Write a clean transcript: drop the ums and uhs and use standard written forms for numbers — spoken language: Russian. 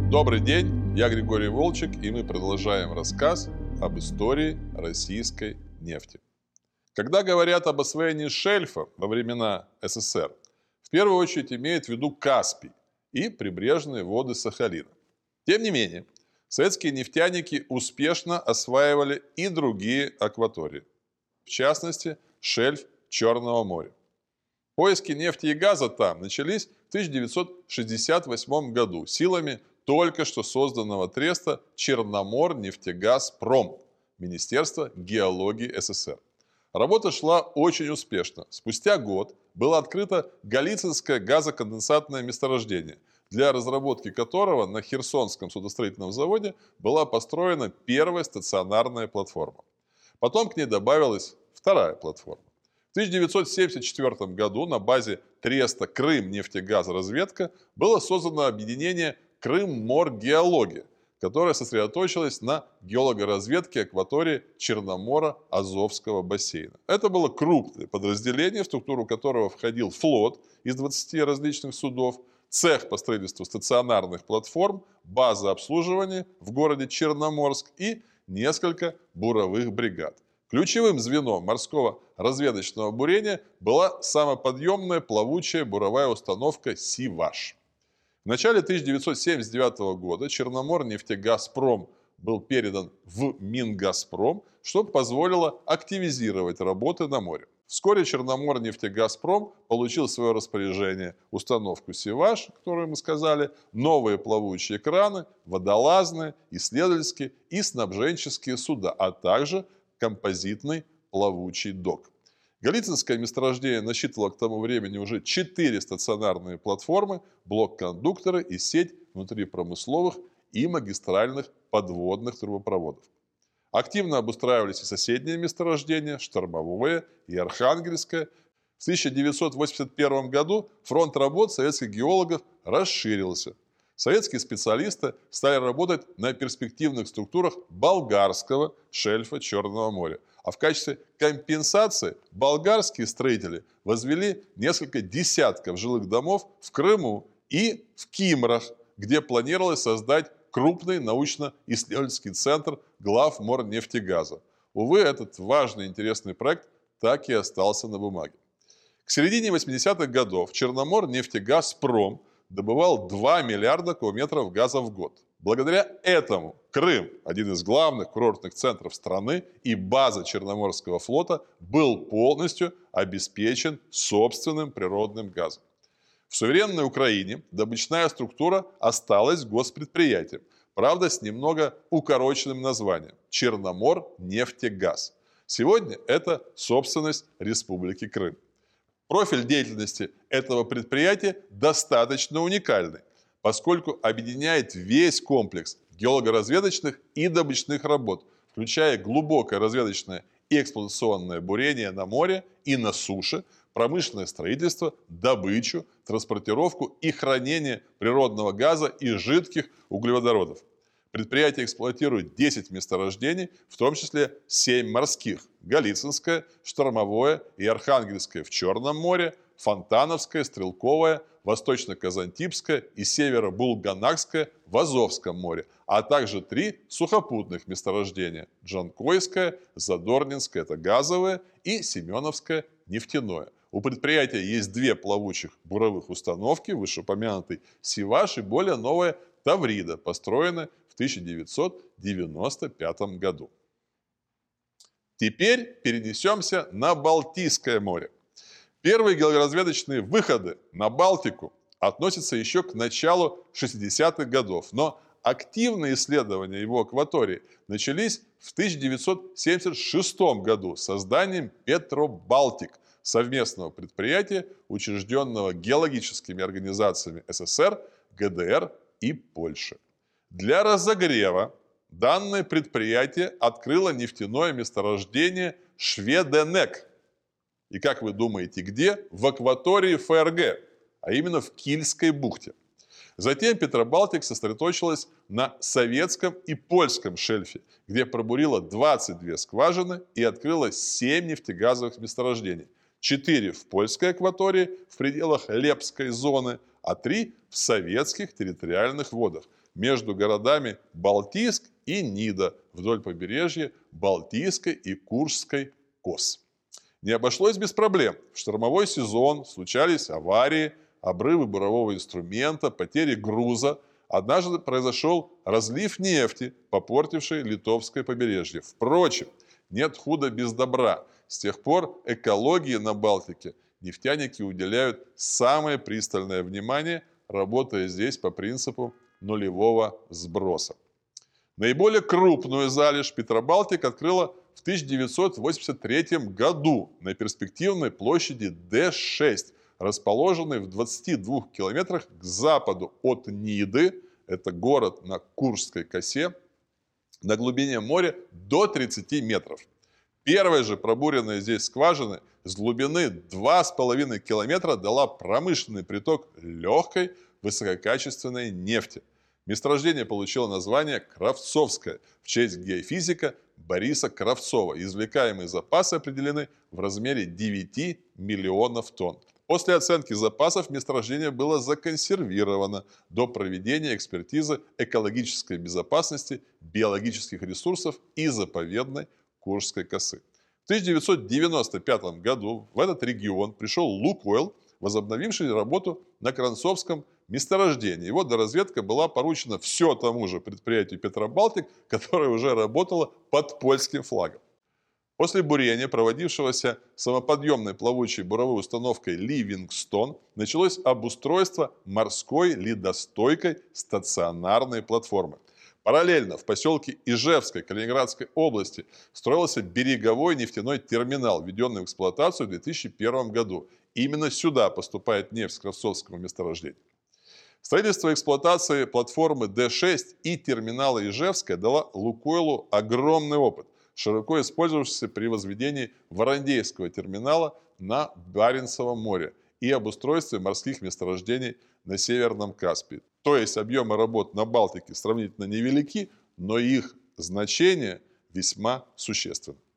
Добрый день, я Григорий Волчек, и мы продолжаем рассказ об истории российской нефти. Когда говорят об освоении шельфа во времена СССР, в первую очередь имеют в виду Каспий и прибрежные воды Сахалина. Тем не менее, советские нефтяники успешно осваивали и другие акватории, в частности, шельф Черного моря. Поиски нефти и газа там начались в 1968 году силами только что созданного треста Черноморнефтегазпром Министерства геологии СССР. Работа шла очень успешно. Спустя год было открыто Голицынское газоконденсатное месторождение, для разработки которого на Херсонском судостроительном заводе была построена первая стационарная платформа. Потом к ней добавилась вторая платформа. В 1974 году на базе треста Крымнефтегазразведка было создано объединение Крымморгеология, которое сосредоточилось на геологоразведке акватории Черномора-Азовского бассейна. Это было крупное подразделение, в структуру которого входил флот из 20 различных судов, цех по строительству стационарных платформ, база обслуживания в городе Черноморск и несколько буровых бригад. Ключевым звеном морского разведочного бурения была самоподъемная плавучая буровая установка «Сиваш». В начале 1979 года Черноморнефтегазпром был передан в Мингазпром, что позволило активизировать работы на море. Вскоре Черноморнефтегазпром получил в свое распоряжение установку «Сиваш», которую мы сказали, новые плавучие краны, водолазные, исследовательские и снабженческие суда, а также композитный плавучий док. Голицынское месторождение насчитывало к тому времени уже 4 стационарные платформы, блок-кондукторы и сеть внутрипромысловых и магистральных подводных трубопроводов. Активно обустраивались и соседние месторождения, Штормовое и Архангельское. В 1981 году фронт работ советских геологов расширился. Советские специалисты стали работать на перспективных структурах болгарского шельфа Черного моря. А в качестве компенсации болгарские строители возвели несколько десятков жилых домов в Крыму и в Кимрах, где планировалось создать крупный научно-исследовательский центр главморнефтегаза. Увы, этот важный и интересный проект так и остался на бумаге. К середине 80-х годов Черноморнефтегазпром добывал 2 миллиарда кубометров газа в год. Благодаря этому Крым, один из главных курортных центров страны и база Черноморского флота, был полностью обеспечен собственным природным газом. В суверенной Украине добычная структура осталась госпредприятием, правда с немного укороченным названием – Черноморнефтегаз. Сегодня это собственность Республики Крым. Профиль деятельности этого предприятия достаточно уникальный, поскольку объединяет весь комплекс геологоразведочных и добычных работ, включая глубокое разведочное и эксплуатационное бурение на море и на суше, промышленное строительство, добычу, транспортировку и хранение природного газа и жидких углеводородов. Предприятие эксплуатирует 10 месторождений, в том числе 7 морских – Голицынское, Штормовое и Архангельское в Черном море, Фонтановское, Стрелковое, Восточно-Казантипское и Северо-Булганакское в Азовском море, а также 3 сухопутных месторождения – Джанкойское, Задорнинское – это газовое, и Семеновское – нефтяное. У предприятия есть 2 плавучих буровых установки, вышеупомянутый «Сиваш» и более новая «Таврида», построенная в 1995 году. Теперь перенесемся на Балтийское море. Первые геологоразведочные выходы на Балтику относятся еще к началу 60-х годов, но активные исследования его акватории начались в 1976 году с созданием Петробалтик, совместного предприятия, учрежденного геологическими организациями СССР, ГДР и Польши. Для разогрева данное предприятие открыло нефтяное месторождение Шведенек. И как вы думаете, где? В акватории ФРГ, а именно в Кильской бухте. Затем Петробалтик сосредоточилась на советском и польском шельфе, где пробурила 22 скважины и открыла 7 нефтегазовых месторождений. 4 в польской акватории в пределах Лепской зоны, а 3 в советских территориальных водах. между городами Балтийск и Нида вдоль побережья Балтийской и Куршской кос. Не обошлось без проблем. В штормовой сезон случались аварии, обрывы бурового инструмента, потери груза. Однажды произошел разлив нефти, попортивший литовское побережье. Впрочем, нет худа без добра. С тех пор экологии на Балтике нефтяники уделяют самое пристальное внимание, работая здесь по принципу нулевого сброса. Наиболее крупную залежь Петробалтик открыла в 1983 году на перспективной площади Д6, расположенной в 22 километрах к западу от Ниды, это город на Куршской косе, на глубине моря до 30 метров. Первая же пробуренная здесь скважина с глубины 2,5 километра дала промышленный приток легкой высококачественной нефти. Месторождение получило название Кравцовское в честь геофизика Бориса Кравцова. Извлекаемые запасы определены в размере 9 миллионов тонн. После оценки запасов месторождение было законсервировано до проведения экспертизы экологической безопасности, биологических ресурсов и заповедной Куршской косы. В 1995 году в этот регион пришел «Лукойл», возобновивший работу на Кранцовском месторождении. Его доразведка была поручена все тому же предприятию «Петробалтик», которое уже работало под польским флагом. После бурения, проводившегося самоподъемной плавучей буровой установкой «Ливингстон», началось обустройство морской ледостойкой стационарной платформы. Параллельно в поселке Ижевской Калининградской области строился береговой нефтяной терминал, введенный в эксплуатацию в 2001 году. Именно сюда поступает нефть с Кравцовского месторождения. Строительство и эксплуатация платформы Д6 и терминала Ижевская дала «Лукойлу» огромный опыт, широко использовавшийся при возведении Варандейского терминала на Баренцевом море и обустройстве морских месторождений на Северном Каспии. То есть объемы работ на Балтике сравнительно невелики, но их значение весьма существенно.